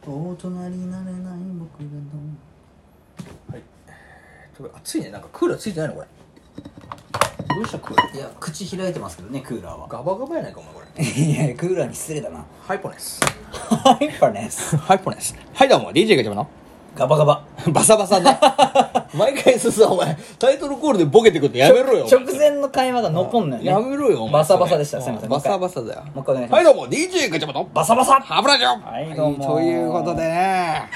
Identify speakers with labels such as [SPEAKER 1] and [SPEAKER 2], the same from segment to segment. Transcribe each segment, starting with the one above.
[SPEAKER 1] 大人になれない僕らの。
[SPEAKER 2] はい。暑いね。なんかクーラーついてないのこれ。どうしたクーラー。
[SPEAKER 1] いや口開いてますけどね、クーラーは。
[SPEAKER 2] ガバガバやないかお前これ。
[SPEAKER 1] いやクーラーに失礼だな。
[SPEAKER 2] ハイポネス。
[SPEAKER 1] ハイパーネス。
[SPEAKER 2] ハイポネス。はいどうも DJ ガチャバの
[SPEAKER 1] ガバガバ。
[SPEAKER 2] バサバサね。毎回さお前タイトルコールでボケてくってやめろよ。
[SPEAKER 1] 直前の会話が残んのよね。
[SPEAKER 2] やめろよお前。
[SPEAKER 1] バサバサでした。すみません。
[SPEAKER 2] バサバサだよ。
[SPEAKER 1] もう一回お願いします。
[SPEAKER 2] はいどうも DJ ガチャバの
[SPEAKER 1] バサバサ。
[SPEAKER 2] ハブラジオ。
[SPEAKER 1] はいどうも
[SPEAKER 2] ということでね。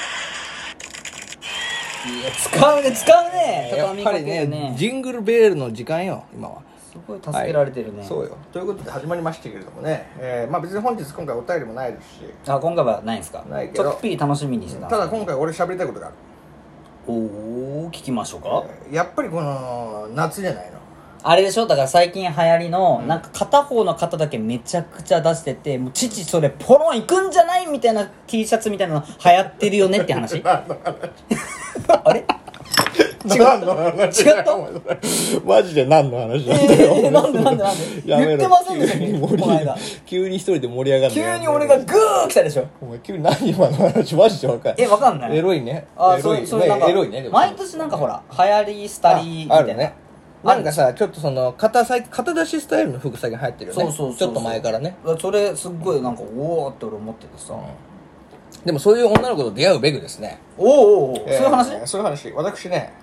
[SPEAKER 1] いや使うね。
[SPEAKER 2] やっぱりねジングルベールの時間よ今は。
[SPEAKER 1] すごい助けられてるね。
[SPEAKER 2] はい、そうよ。ということで始まりましたけれどもね、まあ別に今回お便りもないですし。
[SPEAKER 1] あ、今回はないんですか。
[SPEAKER 2] ないけど
[SPEAKER 1] ちょっぴり楽しみにしてた。
[SPEAKER 2] ただ今回俺喋りたいことがある。
[SPEAKER 1] おお、聞きましょうか。
[SPEAKER 2] やっぱりこの夏じゃないの。
[SPEAKER 1] あれでしょ、だから最近流行りの、なんか片方の肩だけめちゃくちゃ出してて、もう父それポロン行くんじゃないみたいな T シャツみたいなの流行ってるよねって話。あれ
[SPEAKER 2] 何の話
[SPEAKER 1] 違った
[SPEAKER 2] マジで何の話なんだよ、
[SPEAKER 1] なんで
[SPEAKER 2] やめろ
[SPEAKER 1] 言ってませんでしたこの間。
[SPEAKER 2] 急に一人で盛り上がる
[SPEAKER 1] 急に俺がグー来たでしょ。
[SPEAKER 2] お前急に何今の話マジで分かる。
[SPEAKER 1] わかんない。
[SPEAKER 2] エロいね。
[SPEAKER 1] あ、
[SPEAKER 2] エロい
[SPEAKER 1] それなんか
[SPEAKER 2] エロいね。でも
[SPEAKER 1] 毎年なんかほら流行り廃りみたいな。
[SPEAKER 2] あるね。なんかさちょっとその肩出しスタイルの服最近流行ってるよね。
[SPEAKER 1] そう
[SPEAKER 2] ちょっと前からね。
[SPEAKER 1] それすっごいなんかおおって俺思っててさ。
[SPEAKER 2] でもそういう女の子と出会うべくですね。
[SPEAKER 1] おお、そういう話？
[SPEAKER 2] そういう話。私ね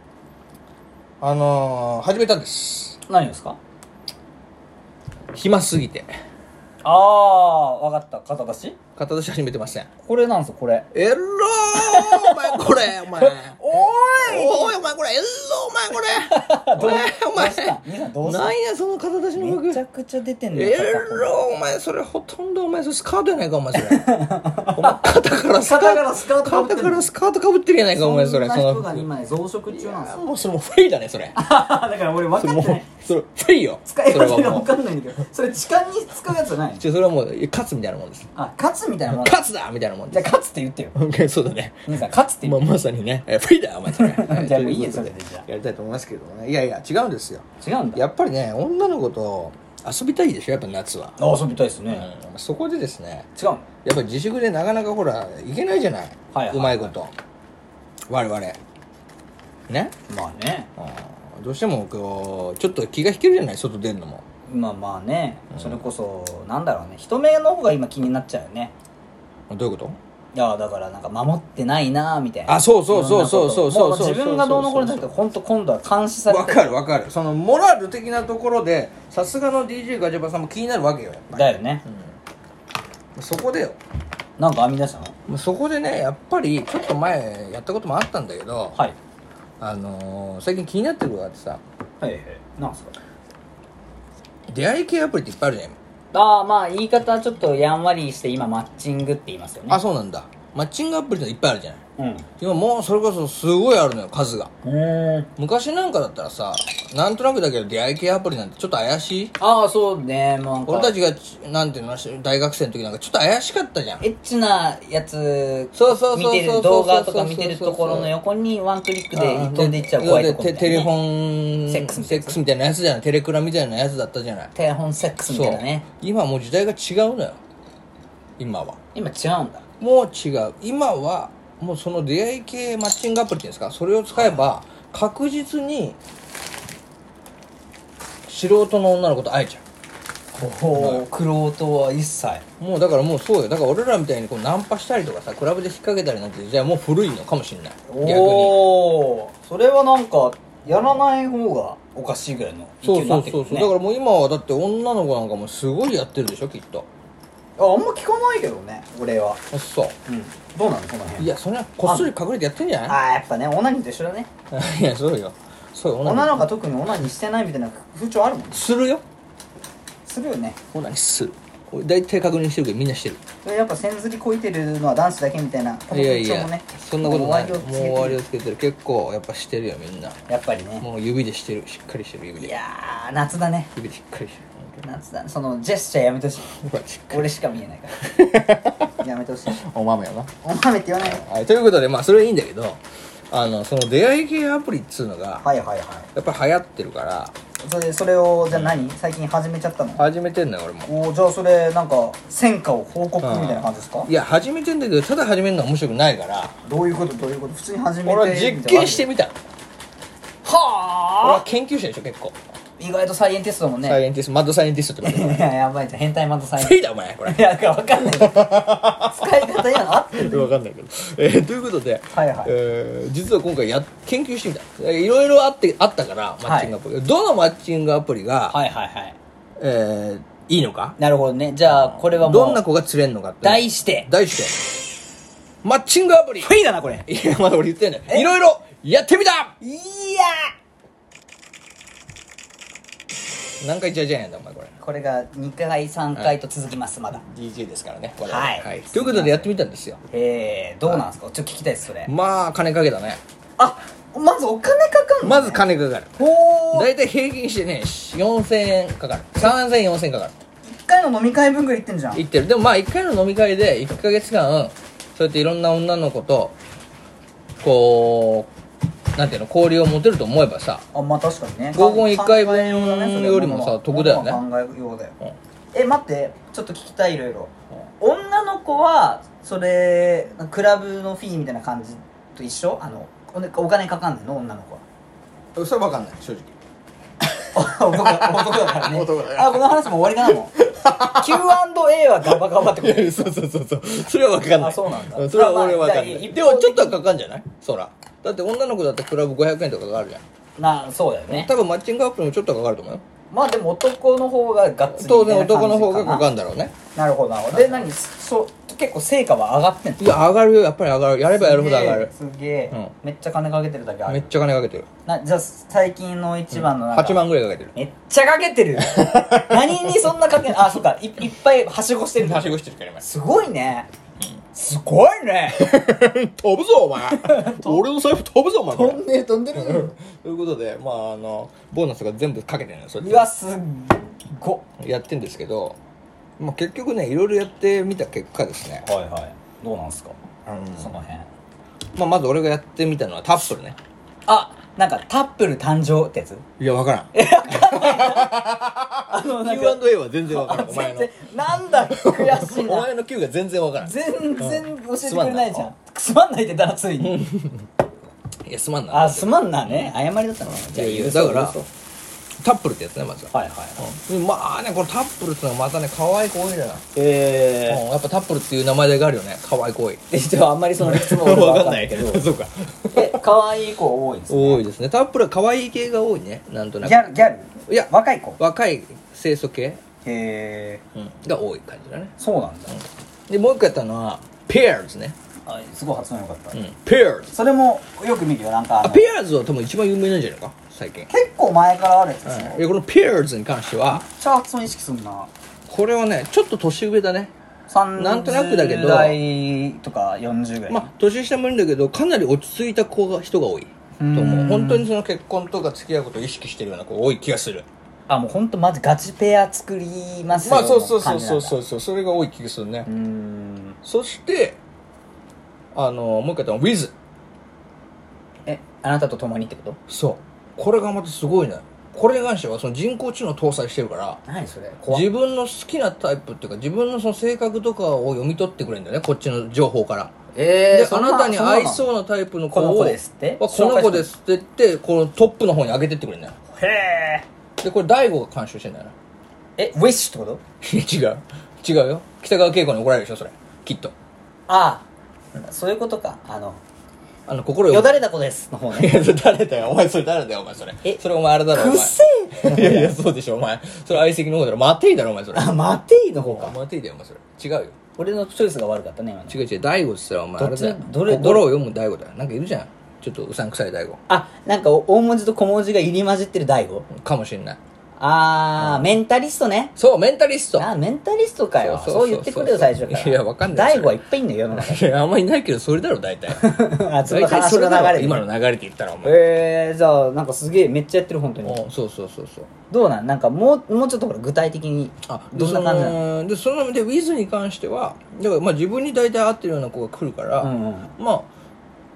[SPEAKER 2] 始めたんです。
[SPEAKER 1] 何ですか？
[SPEAKER 2] 暇すぎて
[SPEAKER 1] ああ、わかった。肩出し？
[SPEAKER 2] 肩出し始めてません。
[SPEAKER 1] これなんすよ、これ。
[SPEAKER 2] エローお前これお前おいお前これエローお前これお前何やその肩出しの服。
[SPEAKER 1] めちゃくちゃ出てんね
[SPEAKER 2] エローお前それほとんどお前それスカートやないかお前それお前肩からスカートかぶってるやないかお前それ。
[SPEAKER 1] そんな人が今ね増殖中なんですよ。
[SPEAKER 2] もうそれもうフリーだねそれ。
[SPEAKER 1] だから俺分かってない。
[SPEAKER 2] それフリーよ。
[SPEAKER 1] 使い方が分かんないんだけど、それ痴漢に使うやつじゃないの？
[SPEAKER 2] それはもう勝つみたいなもんです。
[SPEAKER 1] あ、勝つみたいなもん。
[SPEAKER 2] 勝つだみたいなもんです。
[SPEAKER 1] じゃあ勝つって言ってよ。
[SPEAKER 2] そうだね。
[SPEAKER 1] 兄さん勝つって言って。
[SPEAKER 2] まさにねフリーだお前それ。
[SPEAKER 1] じゃあもういいよそれでじゃあ。
[SPEAKER 2] やりたいと思いますけどね。いや違うんですよ。
[SPEAKER 1] 違うんだ。
[SPEAKER 2] やっぱりね女の子と遊びたいでしょやっぱ夏は。
[SPEAKER 1] 遊びたいですね。
[SPEAKER 2] そこでですね
[SPEAKER 1] 違うの？
[SPEAKER 2] やっぱり自粛でなかなかほらいけないじゃない。うまいこと我々ね。
[SPEAKER 1] まあね。
[SPEAKER 2] どうしてもこうちょっと気が引けるじゃない外出るのも。
[SPEAKER 1] まあね、それこそなんだろうね、人目の方が今気になっちゃうよね。
[SPEAKER 2] どういうこと？
[SPEAKER 1] いやだからなんか守ってないなみたいな。
[SPEAKER 2] あ、そう
[SPEAKER 1] もう自分がどうのこうのじゃなくて本当今度は監視されてる。
[SPEAKER 2] わかるそのモラル的なところでさすがの DJ ガチャバさんも気になるわけよやっぱり。
[SPEAKER 1] だよね。
[SPEAKER 2] そこでよ
[SPEAKER 1] なんか編み出したの？
[SPEAKER 2] そこでねやっぱりちょっと前やったこともあったんだけど、
[SPEAKER 1] はい。
[SPEAKER 2] 最近気になってることがあってさ、
[SPEAKER 1] はいなんすか？
[SPEAKER 2] 出会い系アプリっていっぱいあるじゃん。
[SPEAKER 1] ああ、まあ言い方ちょっとやんわりして今マッチングって言いますよね。
[SPEAKER 2] あ、そうなんだ。マッチングアプリっていっぱいあるじゃない。
[SPEAKER 1] うん。
[SPEAKER 2] 今もうそれこそすごいあるのよ数が。昔なんかだったらさなんとなくだけど出会い系アプリなんてちょっと怪しい。
[SPEAKER 1] ああそうね、もうなんか
[SPEAKER 2] 俺たちがなんていうの大学生の時なんかちょっと怪しかったじゃん。
[SPEAKER 1] エッチなやつ
[SPEAKER 2] そう
[SPEAKER 1] 見てる動画とか見てるところの横にワンクリックで一投でいっちゃう怖いとこみたいな、ね、
[SPEAKER 2] テレフォン
[SPEAKER 1] セックス
[SPEAKER 2] みたいなやつじゃない。テレクラみたいなやつだったじゃない。
[SPEAKER 1] テレフォンセックスみたいなね。
[SPEAKER 2] 今もう時代が違うのよ。今は
[SPEAKER 1] 今違うんだ。
[SPEAKER 2] もう違う。今はもうその出会い系マッチングアプリっていうんですか、それを使えば確実に素人の女の子と会えちゃ
[SPEAKER 1] おお、クロートは一切
[SPEAKER 2] う。もうだからもうそうよ。だから俺らみたいにこうナンパしたりとかさクラブで引っ掛けたりなんてじゃあもう古いのかもしれない。逆に
[SPEAKER 1] おお、それはなんかやらない方がおかしいぐらいの勢い
[SPEAKER 2] そう
[SPEAKER 1] になってくるね。
[SPEAKER 2] だからもう今はだって女の子なんかもすごいやってるでしょきっと。
[SPEAKER 1] あんま聞かないけどね俺は。
[SPEAKER 2] そう
[SPEAKER 1] どうなのその辺。
[SPEAKER 2] いやそれはこっそり隠れてやってんじゃない。
[SPEAKER 1] ああやっぱねオナニーと一緒だね。
[SPEAKER 2] いやそうよそうよ。
[SPEAKER 1] 女の子が特にオナニーしてないみたいな風潮あるもんね。
[SPEAKER 2] するよ。
[SPEAKER 1] するよね。
[SPEAKER 2] オナニーする。俺大体確認してるけどみんなしてる。
[SPEAKER 1] それやっぱ線ずりこいてるのは男子だけみたいなこの
[SPEAKER 2] いやいや
[SPEAKER 1] 風潮もね。
[SPEAKER 2] そんなことない。
[SPEAKER 1] もう
[SPEAKER 2] もう終わりをつけてる。結構やっぱしてるよみんな。
[SPEAKER 1] やっぱりね。
[SPEAKER 2] もう指でしてる。しっかりしてる指で。
[SPEAKER 1] いやー夏だね。
[SPEAKER 2] 指でしっかりしてる。
[SPEAKER 1] 夏だね。そのジェスチャーやめてほしい。
[SPEAKER 2] ほらしっかり
[SPEAKER 1] 俺しか見えないからやめてほしい。
[SPEAKER 2] お豆よな。
[SPEAKER 1] お豆って言わないよ。
[SPEAKER 2] はい、ということでまあそれはいいんだけどその出会い系アプリっつうのが
[SPEAKER 1] はい
[SPEAKER 2] やっぱり流行ってるから
[SPEAKER 1] それをじゃあ最近始めちゃったの？
[SPEAKER 2] 始めてんのよ俺も。
[SPEAKER 1] じゃあそれなんか戦果を報告みたいな感じですか？
[SPEAKER 2] いや始めてんだけど、ただ始めるのは面白くないから。
[SPEAKER 1] どういうこと普通に始めて。
[SPEAKER 2] 俺は実験してみた。
[SPEAKER 1] は
[SPEAKER 2] 俺は研究者でしょ結構。
[SPEAKER 1] 意外とサイエンティストだもんね。
[SPEAKER 2] サイエンティスト、マッドサイエンティストって言われてる。
[SPEAKER 1] いややばいじゃん、変態マッドサイエン
[SPEAKER 2] ついだお前これ。
[SPEAKER 1] いや分かんない使い方やの合ってる
[SPEAKER 2] 分かんないけど、ということで、
[SPEAKER 1] はいはい
[SPEAKER 2] 実は今回研究してみた。いろいろあったからマッチングアプリ、はい、どのマッチングアプリが
[SPEAKER 1] はいはいはい
[SPEAKER 2] いいのか。
[SPEAKER 1] なるほどね。じゃあこれはもう
[SPEAKER 2] どんな子が釣れんのかって。題してマッチングアプリ。
[SPEAKER 1] フィーだなこれ。
[SPEAKER 2] いやまだ俺言ってんねん。いろいろやってみた。
[SPEAKER 1] いや
[SPEAKER 2] 何回じゃじゃんやんだお前これ。
[SPEAKER 1] これが2回3回と続きます、まだ
[SPEAKER 2] DJ ですからねこれ。
[SPEAKER 1] はい、
[SPEAKER 2] はい、ということでやってみたんですよ。
[SPEAKER 1] どうなんですか、ちょっと聞きたいですそれ。
[SPEAKER 2] まあ金かけたね。
[SPEAKER 1] まずお金かかるの、ね、
[SPEAKER 2] まず金かかる。大体平均してね4000円かかる。3000円4000円かかる。
[SPEAKER 1] 1回の飲み会分ぐらい行ってんじゃん。
[SPEAKER 2] 行ってる。でもまあ1回の飲み会で1ヶ月間そうやっていろんな女の子とこうなんていうの交流を持てると思えばさ、
[SPEAKER 1] まあ確かにね、
[SPEAKER 2] 合コン1回分よりもさ得だよね。
[SPEAKER 1] 考えようだよ、待ってちょっと聞きたい。いろいろ、女の子はそれクラブのフィーみたいな感じと一緒？お金かかんないの女の子は？
[SPEAKER 2] それは分かんない正直。
[SPEAKER 1] 男だからね。この話も終わりかなもう。Q&A はガバガバってこと。
[SPEAKER 2] そうそれは分かんない。
[SPEAKER 1] そうなんだ。
[SPEAKER 2] それは俺は分かんない。でもちょっとはかかんじゃない？そらだって女の子だってクラブ500円とかかかるじゃん。
[SPEAKER 1] そうだよね。
[SPEAKER 2] 多分マッチングアプリもちょっとかかると思うよ。
[SPEAKER 1] まあでも男の方がガッツリ
[SPEAKER 2] 当然男の方がかかるんだろうね。
[SPEAKER 1] なるほどなるほど。で結構成果は上がってんの？
[SPEAKER 2] いや上がるよ、やっぱり上がる。やればやるほど上がる。
[SPEAKER 1] すげえ、めっちゃ金かけてるだけある。
[SPEAKER 2] めっちゃ金かけてる。
[SPEAKER 1] じゃあ最近の一番の
[SPEAKER 2] 8万ぐらいかけてる。
[SPEAKER 1] めっちゃかけてる。何にそんなかけん？そっか、いっぱいはしごしてる。
[SPEAKER 2] はしごしてるから今。
[SPEAKER 1] すごいね。すごいね。
[SPEAKER 2] 飛ぶぞお前。俺の財布飛ぶぞお前。
[SPEAKER 1] 飛んでる。
[SPEAKER 2] ということでまあボーナスが全部かけてるのよ。それ
[SPEAKER 1] うわすっご
[SPEAKER 2] やってんですけど、まあ結局ねいろいろやってみた結果ですね。
[SPEAKER 1] はいはい。どうなんすか、その辺。
[SPEAKER 2] まず俺がやってみたのはタップルね。
[SPEAKER 1] なんかタップル誕生ってやつ？
[SPEAKER 2] いや分からん。Q&A は全然分からん。お前の
[SPEAKER 1] なんだ悔しいな。
[SPEAKER 2] お前の Q が全然分からん。
[SPEAKER 1] 全然教えてくれないじゃん。すまんないって言ったらついに。
[SPEAKER 2] いやすまんな。
[SPEAKER 1] すまんなね。謝りだったの。
[SPEAKER 2] じゃあだからタップルってやつねまずは。
[SPEAKER 1] はいはい
[SPEAKER 2] はい。まあねこのタップルってのはまたね可愛い子多いじゃない。やっぱタップルっていう名前があるよね。可愛い子多い。
[SPEAKER 1] あんまりその理屈も分かんないけど。
[SPEAKER 2] そうか。
[SPEAKER 1] 可愛い子多いですね。
[SPEAKER 2] 多いですね。タップルは可愛い系が多いね。なんとなく。
[SPEAKER 1] ギャル？
[SPEAKER 2] いや
[SPEAKER 1] 若い子。
[SPEAKER 2] 若い清楚系が多い感じだね。
[SPEAKER 1] そうなんだ。
[SPEAKER 2] でもう一個やったのはペアーズね。
[SPEAKER 1] すごい発音良かった。
[SPEAKER 2] ペアーズ。
[SPEAKER 1] それもよく見るよ。なんか
[SPEAKER 2] ペアーズは多分一番有名なんじゃないか最近。
[SPEAKER 1] 結構前からあるやつですね。
[SPEAKER 2] このペアーズに関してはめっ
[SPEAKER 1] ちゃ発音意識すんな。
[SPEAKER 2] これはねちょっと年上だね。なんとなくだけど
[SPEAKER 1] 30代とか40ぐらい。
[SPEAKER 2] 年下もいるんだけどかなり落ち着いた人が多いと思う。本当にその結婚とか付き合うことを意識してるような子多い気がする。
[SPEAKER 1] もう本当マジガチペア作りますよ。
[SPEAKER 2] そうそれが多い気がするね。そしてもう一回言ったの Wiz。
[SPEAKER 1] あなたと共にってこと？
[SPEAKER 2] そうこれがまたすごいね。これに関してはその人工知能搭載してるから
[SPEAKER 1] 何それ
[SPEAKER 2] 自分の好きなタイプっていうか自分のその性格とかを読み取ってくれるんだよねこっちの情報から。であなたに合いそうなタイプの子を
[SPEAKER 1] この子ですって
[SPEAKER 2] この子ですって言ってこのトップの方に上げてってくれるんだよ。
[SPEAKER 1] へえ。
[SPEAKER 2] でこれ大悟が監修してんだよな。
[SPEAKER 1] ウィッシュってこと？
[SPEAKER 2] 違うよ。北川景子に怒られるでしょそれきっと。
[SPEAKER 1] そういうことか。
[SPEAKER 2] 心
[SPEAKER 1] よだれだこですの方ね。
[SPEAKER 2] いやそれ誰だよお前。それ誰だよお前それ。それお前あれだろお前。
[SPEAKER 1] くせ
[SPEAKER 2] え。いやそうでしょお前。それ相席の方だろ。マテイだろお前それ。
[SPEAKER 1] マテイの方か。
[SPEAKER 2] マテイだよお前それ。違うよ。
[SPEAKER 1] 俺のチョイスが悪かったね今の。
[SPEAKER 2] 違う大悟って言ったらお前あれだよ。心を読む大悟だよ。なんかいるじゃんちょっとうさんくさい大悟。
[SPEAKER 1] なんか大文字と小文字が入り混じってる大悟
[SPEAKER 2] かもしれない。
[SPEAKER 1] メンタリストね。
[SPEAKER 2] そうメンタリスト。
[SPEAKER 1] メンタリストかよ。そう言ってくれよ最初から。
[SPEAKER 2] いやわかんない。
[SPEAKER 1] 大悟はいっぱいいんだよ世の中。
[SPEAKER 2] いやあんまりいないけどそれだろ大体。
[SPEAKER 1] 大体それの流れ。
[SPEAKER 2] 今の流れで言ったらお前。
[SPEAKER 1] じゃあなんかすげえめっちゃやってる本当に。
[SPEAKER 2] そう
[SPEAKER 1] どうなんかもうちょっとほら具体的にどんな感じなの？
[SPEAKER 2] でそので Wiz に関してはだから自分に大体合ってるような子が来るから、まあ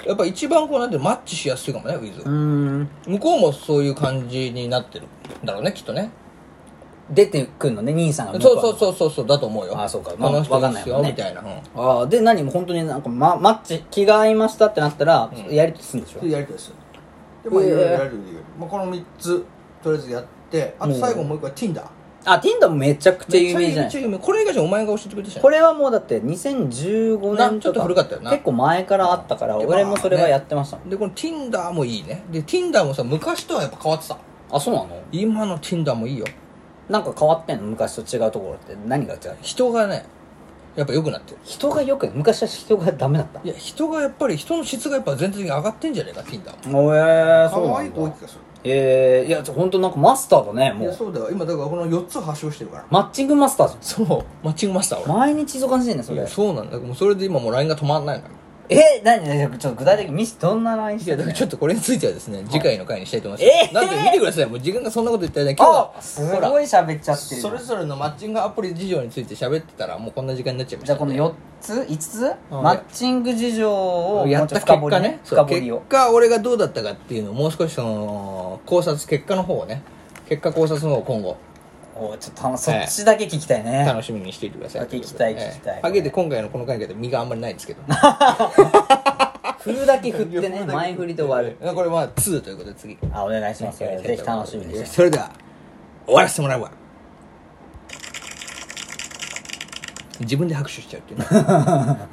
[SPEAKER 2] やっぱ一番こうなんていうのマッチしやすいかもね、ウィズ。向こうもそういう感じになってるんだろうね、きっとね。
[SPEAKER 1] 出てくんのね、兄さんが向こ
[SPEAKER 2] そうそうそうそうだと思うよ。
[SPEAKER 1] あ、そうか。
[SPEAKER 2] この人
[SPEAKER 1] わかん
[SPEAKER 2] ですよ、
[SPEAKER 1] ないもんね
[SPEAKER 2] みたいな。
[SPEAKER 1] ああ、で、何も本当になんか、マッチ、気が合いましたってなったら、やりとりするんでしょ。
[SPEAKER 2] やりとりする。で、まあ、いろいろやりとりできる。まあ、この3つ、とりあえずやって、あと最後もう一個は Tinder。
[SPEAKER 1] あ、Tinder もめちゃくちゃ有名じゃない。
[SPEAKER 2] めっちゃ有名。これ以外じゃお前が教えてくれたじゃん。
[SPEAKER 1] これはもうだって2015年
[SPEAKER 2] ちょっと古かったよな。
[SPEAKER 1] 結構前からあったから、俺もそれはやってましたもん。
[SPEAKER 2] で、この Tinder もいいね。で、Tinder もさ、昔とはやっぱ変わってた。
[SPEAKER 1] あ、そうなの？
[SPEAKER 2] 今の Tinder もいいよ。
[SPEAKER 1] なんか変わってんの？昔と違うところって何が違う？
[SPEAKER 2] 人がね、やっぱ良くなってる。
[SPEAKER 1] 人がよく、昔は人がダメだった。
[SPEAKER 2] いや、人がやっぱり、人の質がやっぱ全体的に上がってんじゃねえか、Tinder。
[SPEAKER 1] そう
[SPEAKER 2] 可愛い子多い気がする。
[SPEAKER 1] いや、本当なんかマスターだね、も
[SPEAKER 2] いや、
[SPEAKER 1] う。
[SPEAKER 2] そうだよ。今、だからこの4つ発症してるから。
[SPEAKER 1] マッチングマスターじゃん。
[SPEAKER 2] そう、マッチングマスター俺。
[SPEAKER 1] 毎日忙しいね、それ。
[SPEAKER 2] そうなんだ。もうそれで今もう LINE が止まんないのよ。
[SPEAKER 1] 何ちょっと具体的にどんな LINE し
[SPEAKER 2] いや、
[SPEAKER 1] てるの？
[SPEAKER 2] だからちょっとこれについてはですね、次回の回にしたいと思います。なんで見てください。もう時間がそんなこと言ったらね、今日は。
[SPEAKER 1] すごい喋っちゃってる。
[SPEAKER 2] それぞれのマッチングアプリ事情について喋ってたらもうこんな時間になっちゃいました、
[SPEAKER 1] じゃあこの4つ5つマッチング事情を
[SPEAKER 2] やった結果ね、
[SPEAKER 1] 深掘りを。
[SPEAKER 2] 結果俺がどうだったかっていうのをもう少しその考察、結果の方をね、結果考察の方を今後
[SPEAKER 1] ちょっとそっちだけ聞きたいね。
[SPEAKER 2] 楽しみにしていてください。
[SPEAKER 1] 聞きたい聞きたい。
[SPEAKER 2] ハゲで今回のこの回で身があんまりないんですけど
[SPEAKER 1] 振るだけ振ってね、前振りで終わる。
[SPEAKER 2] これまあ2ということで次
[SPEAKER 1] お願いします。ぜひ楽しみにして。
[SPEAKER 2] それでは終わらせてもらうわ。自分で拍手しちゃうっていうね